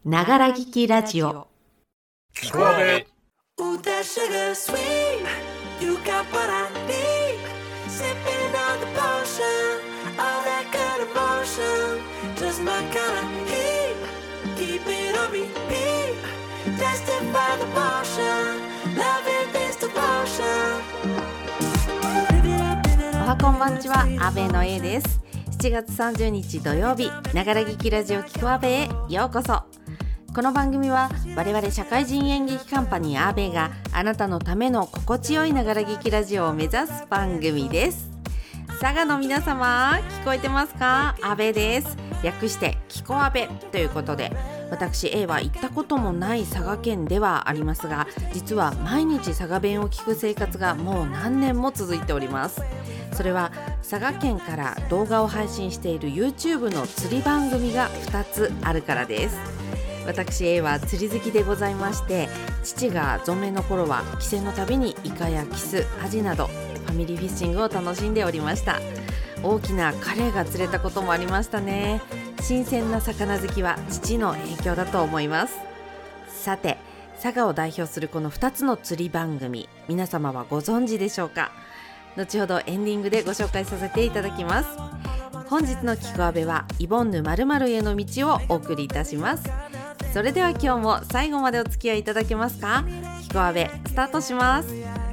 ながら聞きラジオ。 聞こえおはこんばんちは、阿部の A です。7月30日土曜日、ながら聞きラジオ聞こ阿部へようこそ。この番組は我々社会人演劇カンパニー阿部があなたのための心地よいながら劇ラジオを目指す番組です。佐賀の皆様、聞こえてますか？阿部です。略して聞こ阿部ということで、私 A は行ったこともない佐賀県ではありますが、実は毎日佐賀弁を聞く生活がもう何年も続いております。それは佐賀県から動画を配信している YouTube の釣り番組が2つあるからです。私 A は釣り好きでございまして、父が存命の頃は帰省のたびにイカやキス、アジなどファミリーフィッシングを楽しんでおりました。大きなカレイが釣れたこともありましたね。新鮮な魚好きは父の影響だと思います。さて、佐賀を代表するこの2つの釣り番組、皆様はご存知でしょうか？後ほどエンディングでご紹介させていただきます。本日の聞こ阿部はイボンヌ〇〇への道をお送りいたします。それでは今日も最後までお付き合いいただけますか？聞こ阿部スタートします。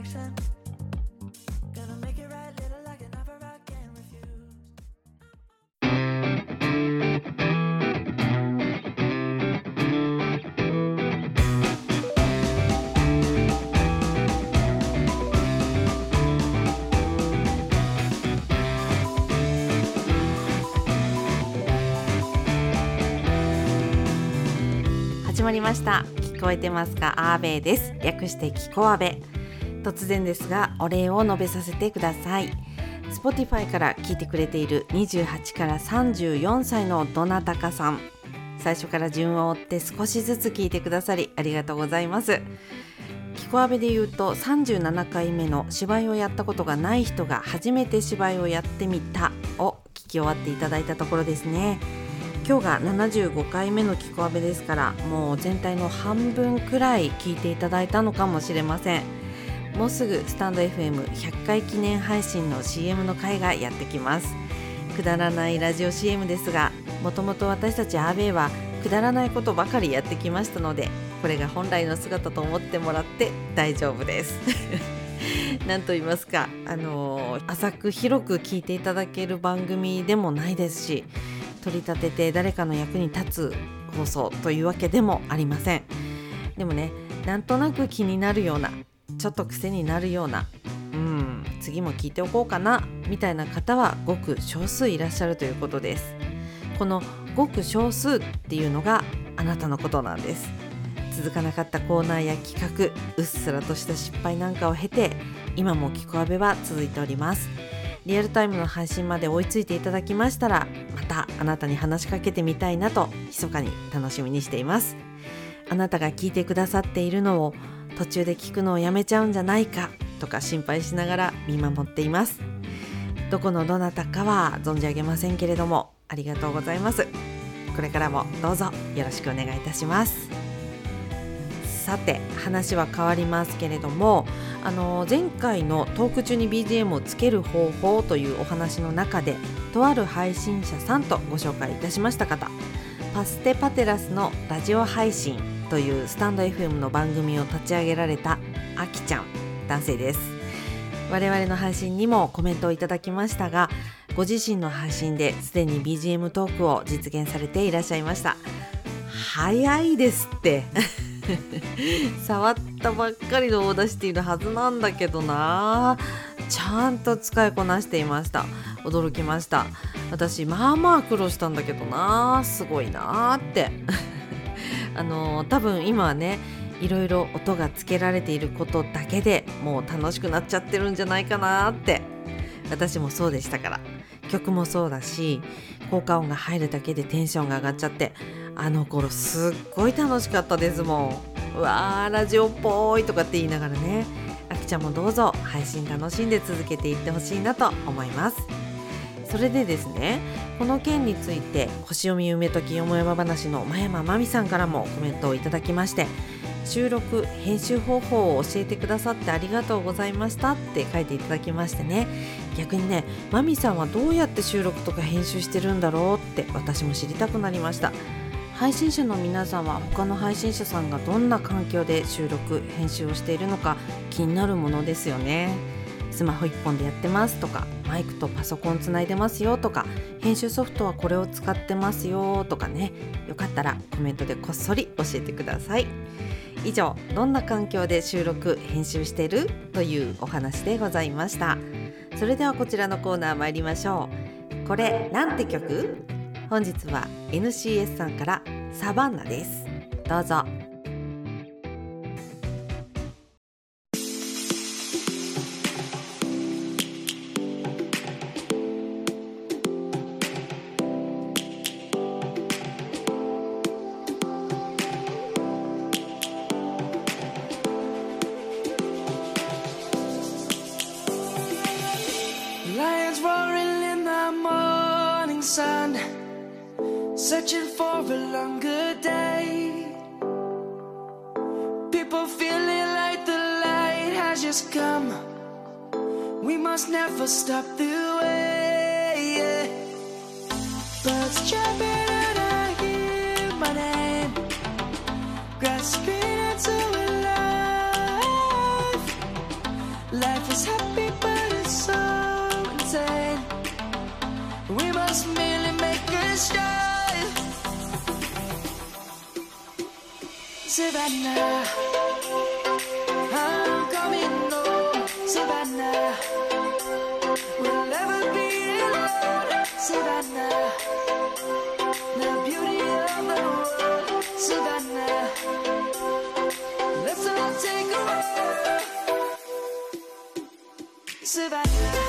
始まりました。聞こえてますか？阿部です。略して聞こ阿部。突然ですがお礼を述べさせてください。 Spotify から聞いてくれている28から34歳のどなたかさん、最初から順を追って少しずつ聞いてくださりありがとうございます。聞こ阿部で言うと37回目の芝居をやったことがない人が初めて芝居をやってみたを聞き終わっていただいたところですね。今日が75回目の聞こ阿部ですから、もう全体の半分くらい聞いていただいたのかもしれません。もうすぐスタンド FM100 回記念配信の CM の回がやってきます。くだらないラジオ CM ですが、もともと私たち阿部はくだらないことばかりやってきましたので、これが本来の姿と思ってもらって大丈夫ですなんと言いますか、浅く広く聞いていただける番組でもないですし、取り立てて誰かの役に立つ放送というわけでもありません。でもね、なんとなく気になるような、ちょっと癖になるような、次も聞いておこうかなみたいな方はごく少数いらっしゃるということです。このごく少数っていうのがあなたのことなんです。続かなかったコーナーや企画、うっすらとした失敗なんかを経て、今も聞こ阿部は続いております。リアルタイムの配信まで追いついていただきましたら、またあなたに話しかけてみたいなと密かに楽しみにしています。あなたが聞いてくださっているのを途中で聞くのをやめちゃうんじゃないかとか心配しながら見守っています。どこのどなたかは存じ上げませんけれども、ありがとうございます。これからもどうぞよろしくお願いいたします。さて、話は変わりますけれども、前回のトーク中に BGM をつける方法というお話の中で、とある配信者さんとご紹介いたしました方、パステパテラスのラジオ配信というスタンド FM の番組を立ち上げられたあきちゃん、男性です。我々の配信にもコメントをいただきましたが、ご自身の配信ですでに BGM トークを実現されていらっしゃいました。早いですって触ったばっかりのオーダーシティのはずなんだけどな、ちゃんと使いこなしていました。驚きました。私まあまあ苦労したんだけどな、すごいなって多分今はね、いろいろ音がつけられていることだけでもう楽しくなっちゃってるんじゃないかなって。私もそうでしたから。曲もそうだし、効果音が入るだけでテンションが上がっちゃって、あの頃すっごい楽しかったですもん。うわー、ラジオっぽいとかって言いながらね。あきちゃんもどうぞ配信楽しんで続けていってほしいなと思います。 それでですね、この件について星読み梅解きよもやま話の真山真美さんからもコメントをいただきまして、収録編集方法を教えてくださってありがとうございましたって書いていただきましてね、逆にね、真美さんはどうやって収録とか編集してるんだろうって私も知りたくなりました。配信者の皆さんは他の配信者さんがどんな環境で収録編集をしているのか気になるものですよね。スマホ1本でやってますとか、マイクとパソコンつないでますよとか、編集ソフトはこれを使ってますよとかね、よかったらコメントでこっそり教えてください。以上、どんな環境で収録編集しているというお話でございました。それではこちらのコーナー参りましょう。これなんて曲？本日は NCS さんからサバンナです。どうぞ。 Lions roaring in the morning sun, searching for a longer day. People feeling like the light has just come. We must never stop the way. Birds jumping and I hear my name, grasping into life. Life is happy but it's so insane. We must merely make a start. Savannah, I'm coming home. Savannah, we'll never be alone. Savannah, the beauty of the world. Savannah, let's all take a walk. Savannah.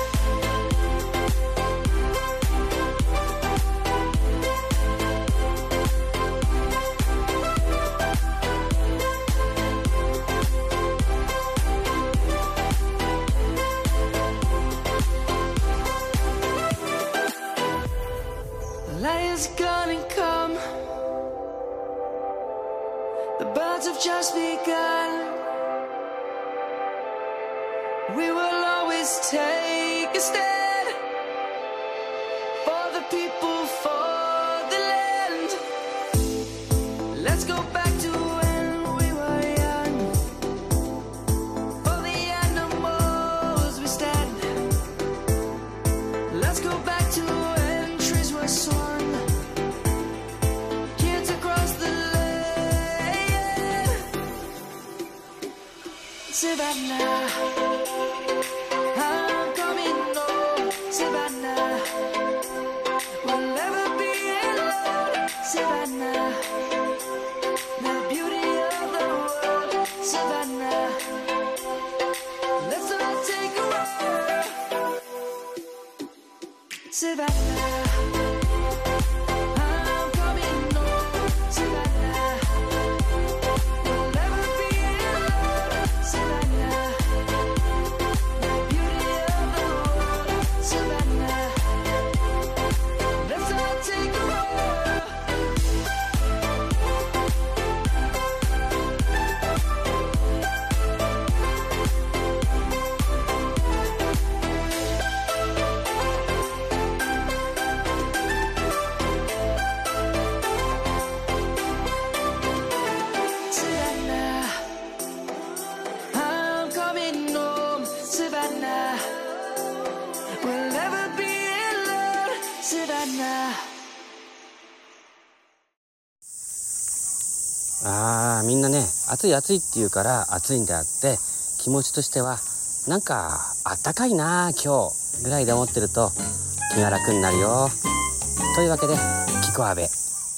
Lion's gonna come. The birds have just begun. We will always take a stand for the people, for the land. Let's go back to when we were young. For the animals we stand. Let's go back to when trees were swung. Kids across the land. Savannah, I'm coming home. Savannah, we'll never be alone. Savannah, the beauty of the world. Savannah, let's all take a walk. Savannah, I'm coming home. Savannah, we'll never be alone. Savannah, the beauty of the world. Savannah, let's all take a walk. Savannah, I'm coming home. Savannah, we'll never be alone. Savannah. みんなね、暑い暑いって言うから暑いんであって、気持ちとしてはなんかあったかいな今日ぐらいで思ってると気が楽になるよ。というわけでキコアベ。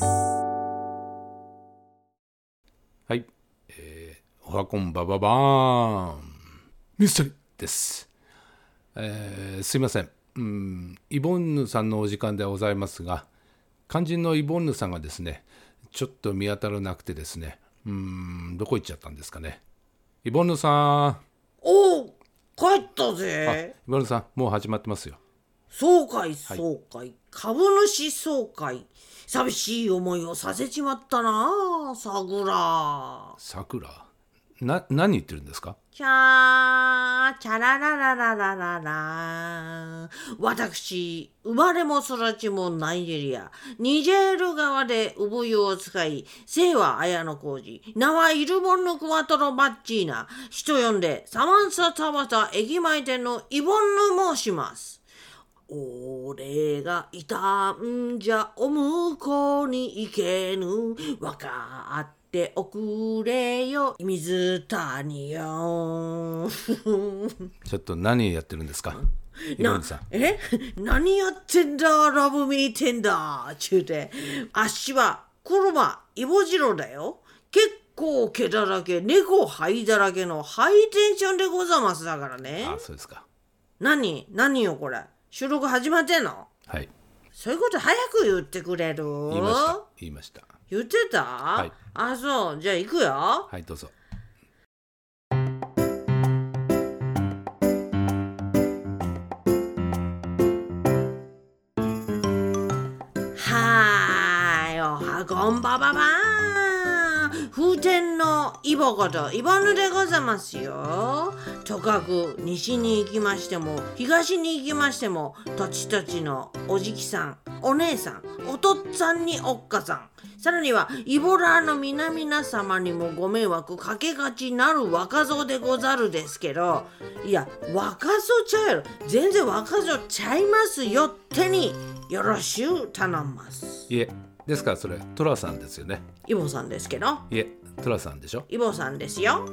はい、おはこんばばばーんミステリーです。すいません、イボンヌさんのお時間ではございますが、肝心のイボンヌさんがですね、ちょっと見当たらなくてですね、どこ行っちゃったんですかね。イボンヌさん。 おお、帰ったあ、 ぜ。 イボンヌさん、もう始まってますよ。 総会総会、株主総会、寂しい思いをさせちまったなさくら。 さくら、何言ってるんですか？ チャーチャラララララララ。私、生まれも育ちもナイジェリア、ニジェール側で産湯を使い、姓は綾野浩二、名はイルボンヌクワトロバッチーナ、人呼んでサマンサタバタ駅前店のイボンヌ申します。俺がいたんじゃお向こうに行けぬ、わかっておくれよ水谷よ。 ちょっと何やってるんですか、イボンヌさん。 何やってんだラブミーテンダーちゅうて、あっしは車イボジロだよ。結構毛だらけ、猫灰だらけのハイテンションでござますだからね。 あ、そうですか。 何よこれ、収録始まってんの？ はい、 そういうこと早く言ってくれる？ 言いました。 言ってた？ はい。 あ、そう。じゃあ行くよ。 はい、どうぞ。 はーい、おはこんばばばーん。風天のイボことイボヌでござますよ。とかく西に行きましても東に行きましても、土地土地のおじきさん、お姉さん、おとっつぁんにおっかさん、さらにはイボラーの皆々様にもご迷惑かけがちなる若造でござるですけど、いや若造ちゃうやろ、全然若造ちゃいますよってによろしゅう頼んます。 いえ、ですからそれトラさんですよね。 イボさんですけど。 いえ、トラさんでしょ。 イボさんですよ。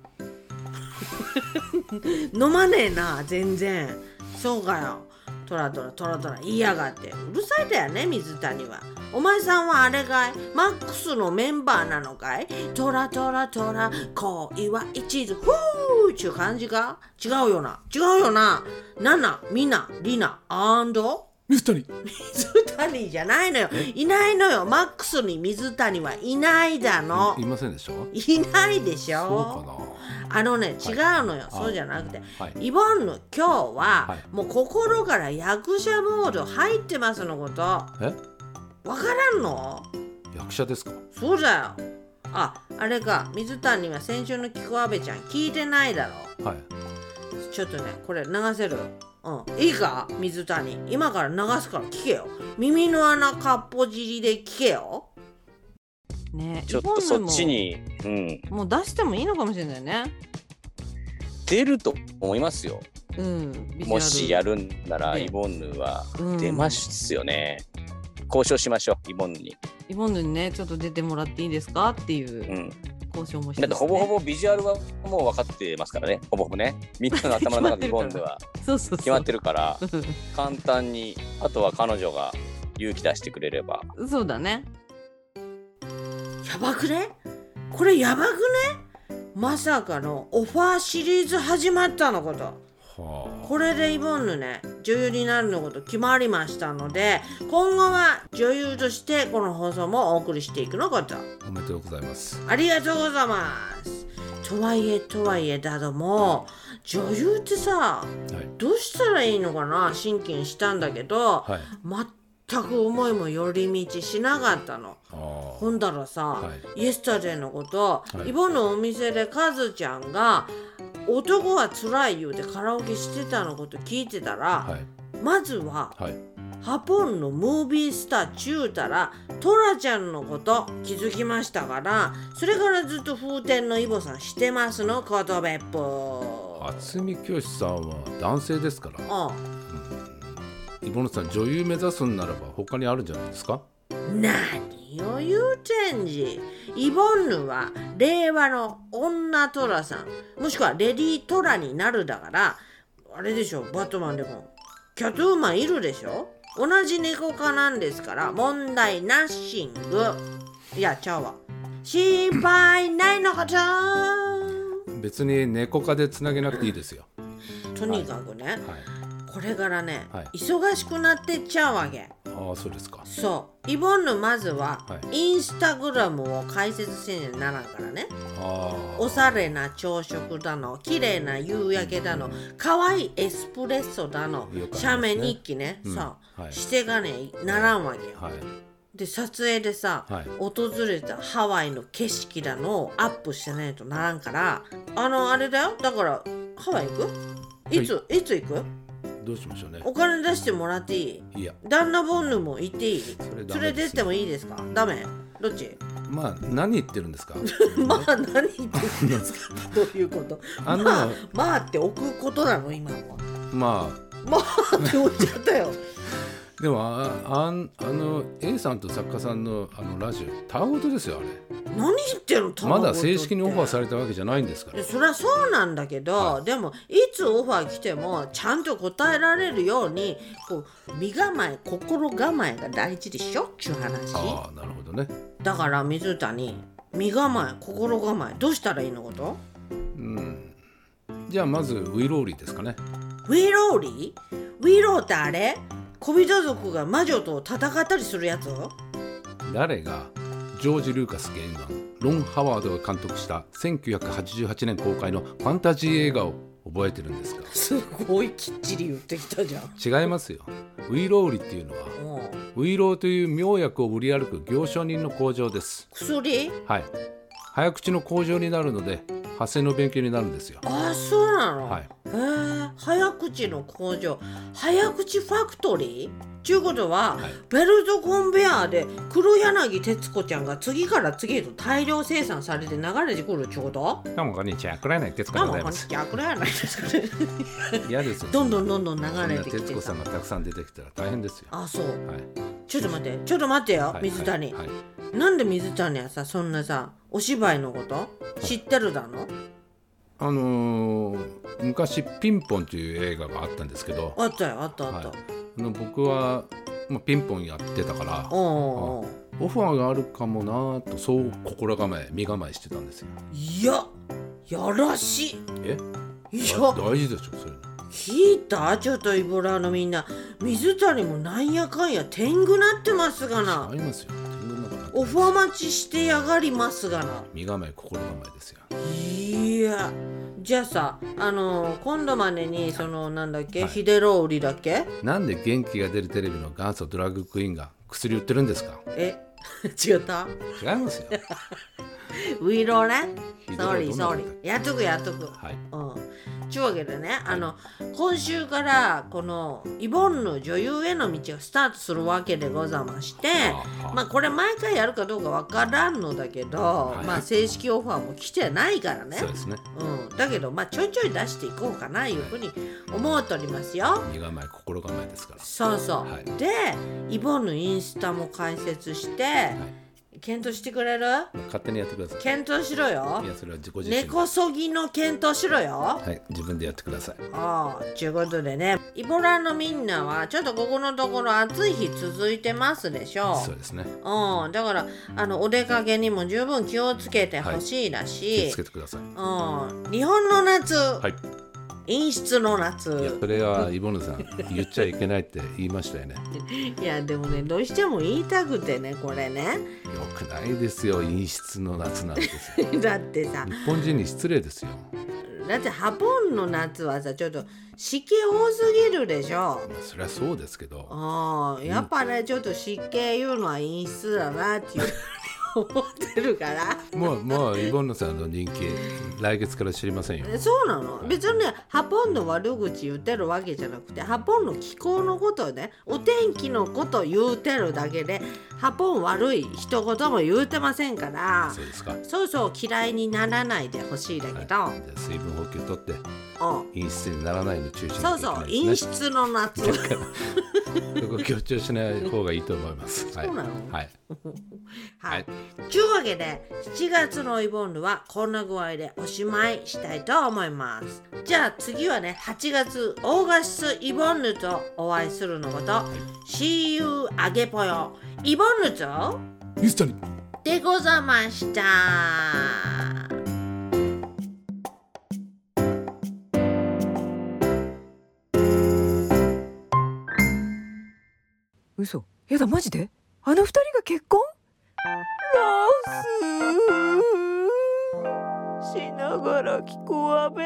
飲まねえな全然。そうかよ。トラ言いやがって。うるさいだよね水谷は。お前さんはあれかい、マックスのメンバーなのかい？トラ恋は一途ふーちゅう感じか？違うよなナナ、ミナ、リナ、 水谷水谷じゃないのよ。いないのよ。マックスに水谷はいないだの。 いませんでしょ。 いないでしょ。 そうかな。 違うのよ、そうじゃなくて、イボンヌ今日は、もう心から役者モード入ってますのこと。わからんの？ 役者ですか？そうだよ。あれか、水谷は先週のキコアベちゃん聞いてないだろ。はい。ちょっとね、これ流せる？いいか水谷、今から流すから聞けよ。耳の穴かっぽじりで聞けよ。 ね、ちょっとそっちに、 もう出してもいいのかもしれないね。 出ると思いますよ。もしやるんなら、イボンヌは出ますよね。交渉しましょう、イボンヌに。 イボンヌにね、ちょっと出てもらっていいですかっていう、交渉もして、ね。 だってほぼほぼビジュアルはもう分かってますからね。ほぼほぼね。みんなの頭の中でイボンヌは決まってるから、簡単に、あとは彼女が勇気出してくれれば。 そうだね。 やばくね？これやばくね？まさかのオファーシリーズ始まったのこと。これでイボンヌね、女優になるのこと決まりましたので、今後は女優としてこの放送もお送りしていくのこと。 おめでとうございます。 ありがとうございます。とはいえだども、女優ってさ、どうしたらいいのかな、心筋したんだけど、全く思いも寄り道しなかったの。ほんだらさ、イエスタデーのこと、イボのお店でカズちゃんが男はつらい言うてカラオケしてたのこと聞いてたら、まずは、ハポンのムービースターちゅうたらトラちゃんのこと気づきましたから、それからずっと風天のイボさんしてますのことべっぽ。 渥美清さんは男性ですから。イボンヌさん、女優目指すんならば他にあるんじゃないですか？ 何を言うてんじ。イボンヌは令和の女トラさん、もしくはレディートラになるだから、あれでしょ、バットマンでもキャットウーマンいるでしょ。同じ猫科なんですから問題ナッシング。いやちゃうわ、心配ないのかと。 別に猫科でつなげなくていいですよ。 とにかくね、これからね、忙しくなってっちゃうわけ。 ああ、そうですか。 そうイボンヌまずは、 はインスタグラムを開設せにならんからね。 あおしゃれな朝食だの、綺麗な夕焼けだの、可愛いエスプレッソだの、 よくありますね写メ日記ね、 うんさ、 はいしてがねならんわけよ。 あ、はい。 で撮影でさ、 はい訪れたハワイの景色だのをアップしてないとならんから、あれだよ。だからハワイ行く？いつ行く？ どうしましょうね。 お金出してもらっていい？ いや、 旦那ボンヌも行っていい？ それダメです連れてってもいいですか？ダメ？どっち？ まあ何言ってるんですか。 まあ何言ってるんですか？どういうこと？ あのまあって置くことなの今は。 ままあって置いちゃったよ。 あでもA さんと作家さんのラジオたわごとですよあれ。 何言ってるの？ まだ正式にオファーされれたわけじゃないんですから。 そりゃそうなんだけど、 はいでもいつオファー来てもちゃんと答えられるようにこう身構え心構えが大事でしょっちゅう話。 ああ、なるほどね。 だから水谷身構え心構えどうしたらいいのこと？ じゃあまずウィローリーですかね。 ウィローリー？ウィローってあれ？小人族が魔女と戦ったりするやつ？ 誰がジョージ・ルーカス原案、ロン・ハワードが監督した1988年公開のファンタジー映画を覚えてるんですか？ すごいきっちり言ってきたじゃん。 違いますよ。ウィローリっていうのはウィローという妙薬を売り歩く行商人の工場です。 薬？ はい。早口の工場になるので発声の勉強になるんですよ。 ああそうなの。 はい。 へえ、早口の工場、早口ファクトリー？ちゅうことは、 はいベルトコンベヤーで黒柳徹子ちゃんが次から次へと大量生産されて流れてくるちゅうこと？ どうもこんにちは。黒柳徹子でまあまあこんにございます。 ちはこれやないですかね。 嫌ですよ。 どんどん流れてきてさ徹子さん。がたくさん出てきたら大変ですよ。 あ、そう。 はい。 ちょっと待ってよ、 はい水谷、 はいはいなんで水谷はさそんなさお芝居のこと知ってるだの？ 昔ピンポンという映画があったんですけど、 あったよあったあった。 はい僕は、ピンポンやってたからおうおうオファーがあるかもなとそう心構え身構えしてたんですよ。 いややらしい。 えいや大事でしょそういうの。 聞いた？ちょっとイボラのみんな、水谷もなんやかんや天狗なってますがな。 ありますよ。天狗の中になってオファー待ちしてやがりますがな。 身構え心構えですよ。 いやじゃあさ今度までにそのなんだっけ、 はいヒデロウリだっけ？ なんで元気が出るテレビの元祖ドラッグクイーンが薬売ってるんですか？ え違った違いますよ。 ウィローね。 ヒデロウソーリーソーリどんなのだっー。やっとくやっとく。 はい。 ちゅうわけでね、今週からこのイボンヌ女優への道がスタートするわけでございまして、まあこれ毎回やるかどうかわからんのだけど、 いまあ正式オファーも来てないからね。 そうですね。 だけどまあちょいちょい出していこうかないうふうに思っておりますよ。 身構え心構えですから。 そうそう。 はいでイボンヌインスタも開設して、検討してくれる？ 勝手にやってください。 検討しろよい。やそれは自己自身で根こそぎの検討しろよ。 はい自分でやってください。 ちゅうことでね、イボラのみんなはちょっとここのところ暑い日続いてますでしょ。 そうですね。 だからお出かけにも十分気をつけてほしいだ気をし、 つけてください。 日本の夏、 はい。 陰湿のいや夏。 それはイボヌさん言っちゃいけないって言いましたよね。 いやでもねどうしても言いたくてねこれね。 よくないですよ陰湿の夏なんですよ。 だってさ、 日本人に失礼ですよ。 だってハポンの夏はさちょっと湿気多すぎるでしょ。 そりゃそうですけど。 やっぱねちょっと湿気いうのは陰湿だなっていう思ってるからもうイボヌさんの人気来月から知りませんよ。 そうなの。別にねハポンの悪口言ってるわけじゃなくてハポンの気候のことをねお天気のことを言うてるだけでハポン悪い一言も言うてませんからそうですか。 そうそう嫌いにならないでほしいだけど、 じゃあ水分補給とって陰湿にならないように注意しそうそうなきゃいけないですね。 陰湿の夏そこ強調しない方がいいと思います。はい。 そうなのはい。 はい。というわけで7月のイボンヌはこんな具合でおしまいしたいと思います。じゃあ次はね8月オーガスイボンヌとお会いするのこと、See you あげぽよイボンヌと水谷でございました。 嘘。 やだマジで？あの二人が結婚？ロスしながら聞こう阿部。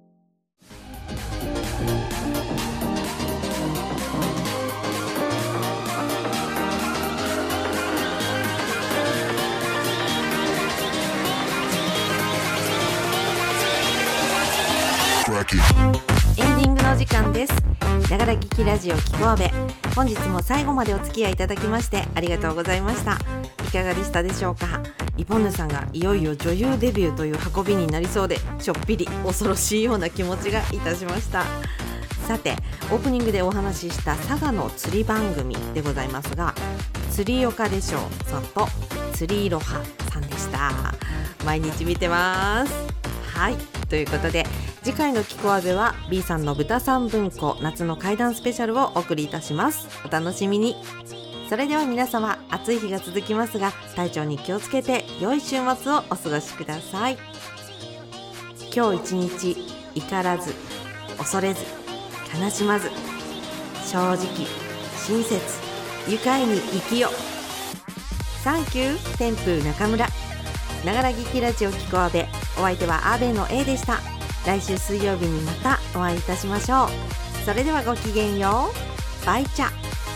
エンディングのお時間です。ながら聞きラジオ聞こ阿部、本日も最後までお付き合いいただきましてありがとうございました。いかがでしたでしょうか。イボンヌさんがいよいよ女優デビューという運びになりそうで、ちょっぴり恐ろしいような気持ちがいたしました。さて、オープニングでお話しした佐賀の釣り番組でございますが、釣りよかでしょうさんと釣りいろはさんでした。毎日見てます。はい、ということで次回のキコアベは B さんの豚さん文庫夏の怪談スペシャルをお送りいたします。お楽しみに。それでは皆様、暑い日が続きますが体調に気をつけて良い週末をお過ごしください。今日一日怒らず恐れず悲しまず、正直親切愉快に生きよ。サンキュー天風中村。ながら聞きラジオ聞こ阿部、お相手は阿部の A でした。来週水曜日にまたお会いいたしましょう。それではごきげんよう。バイチャ。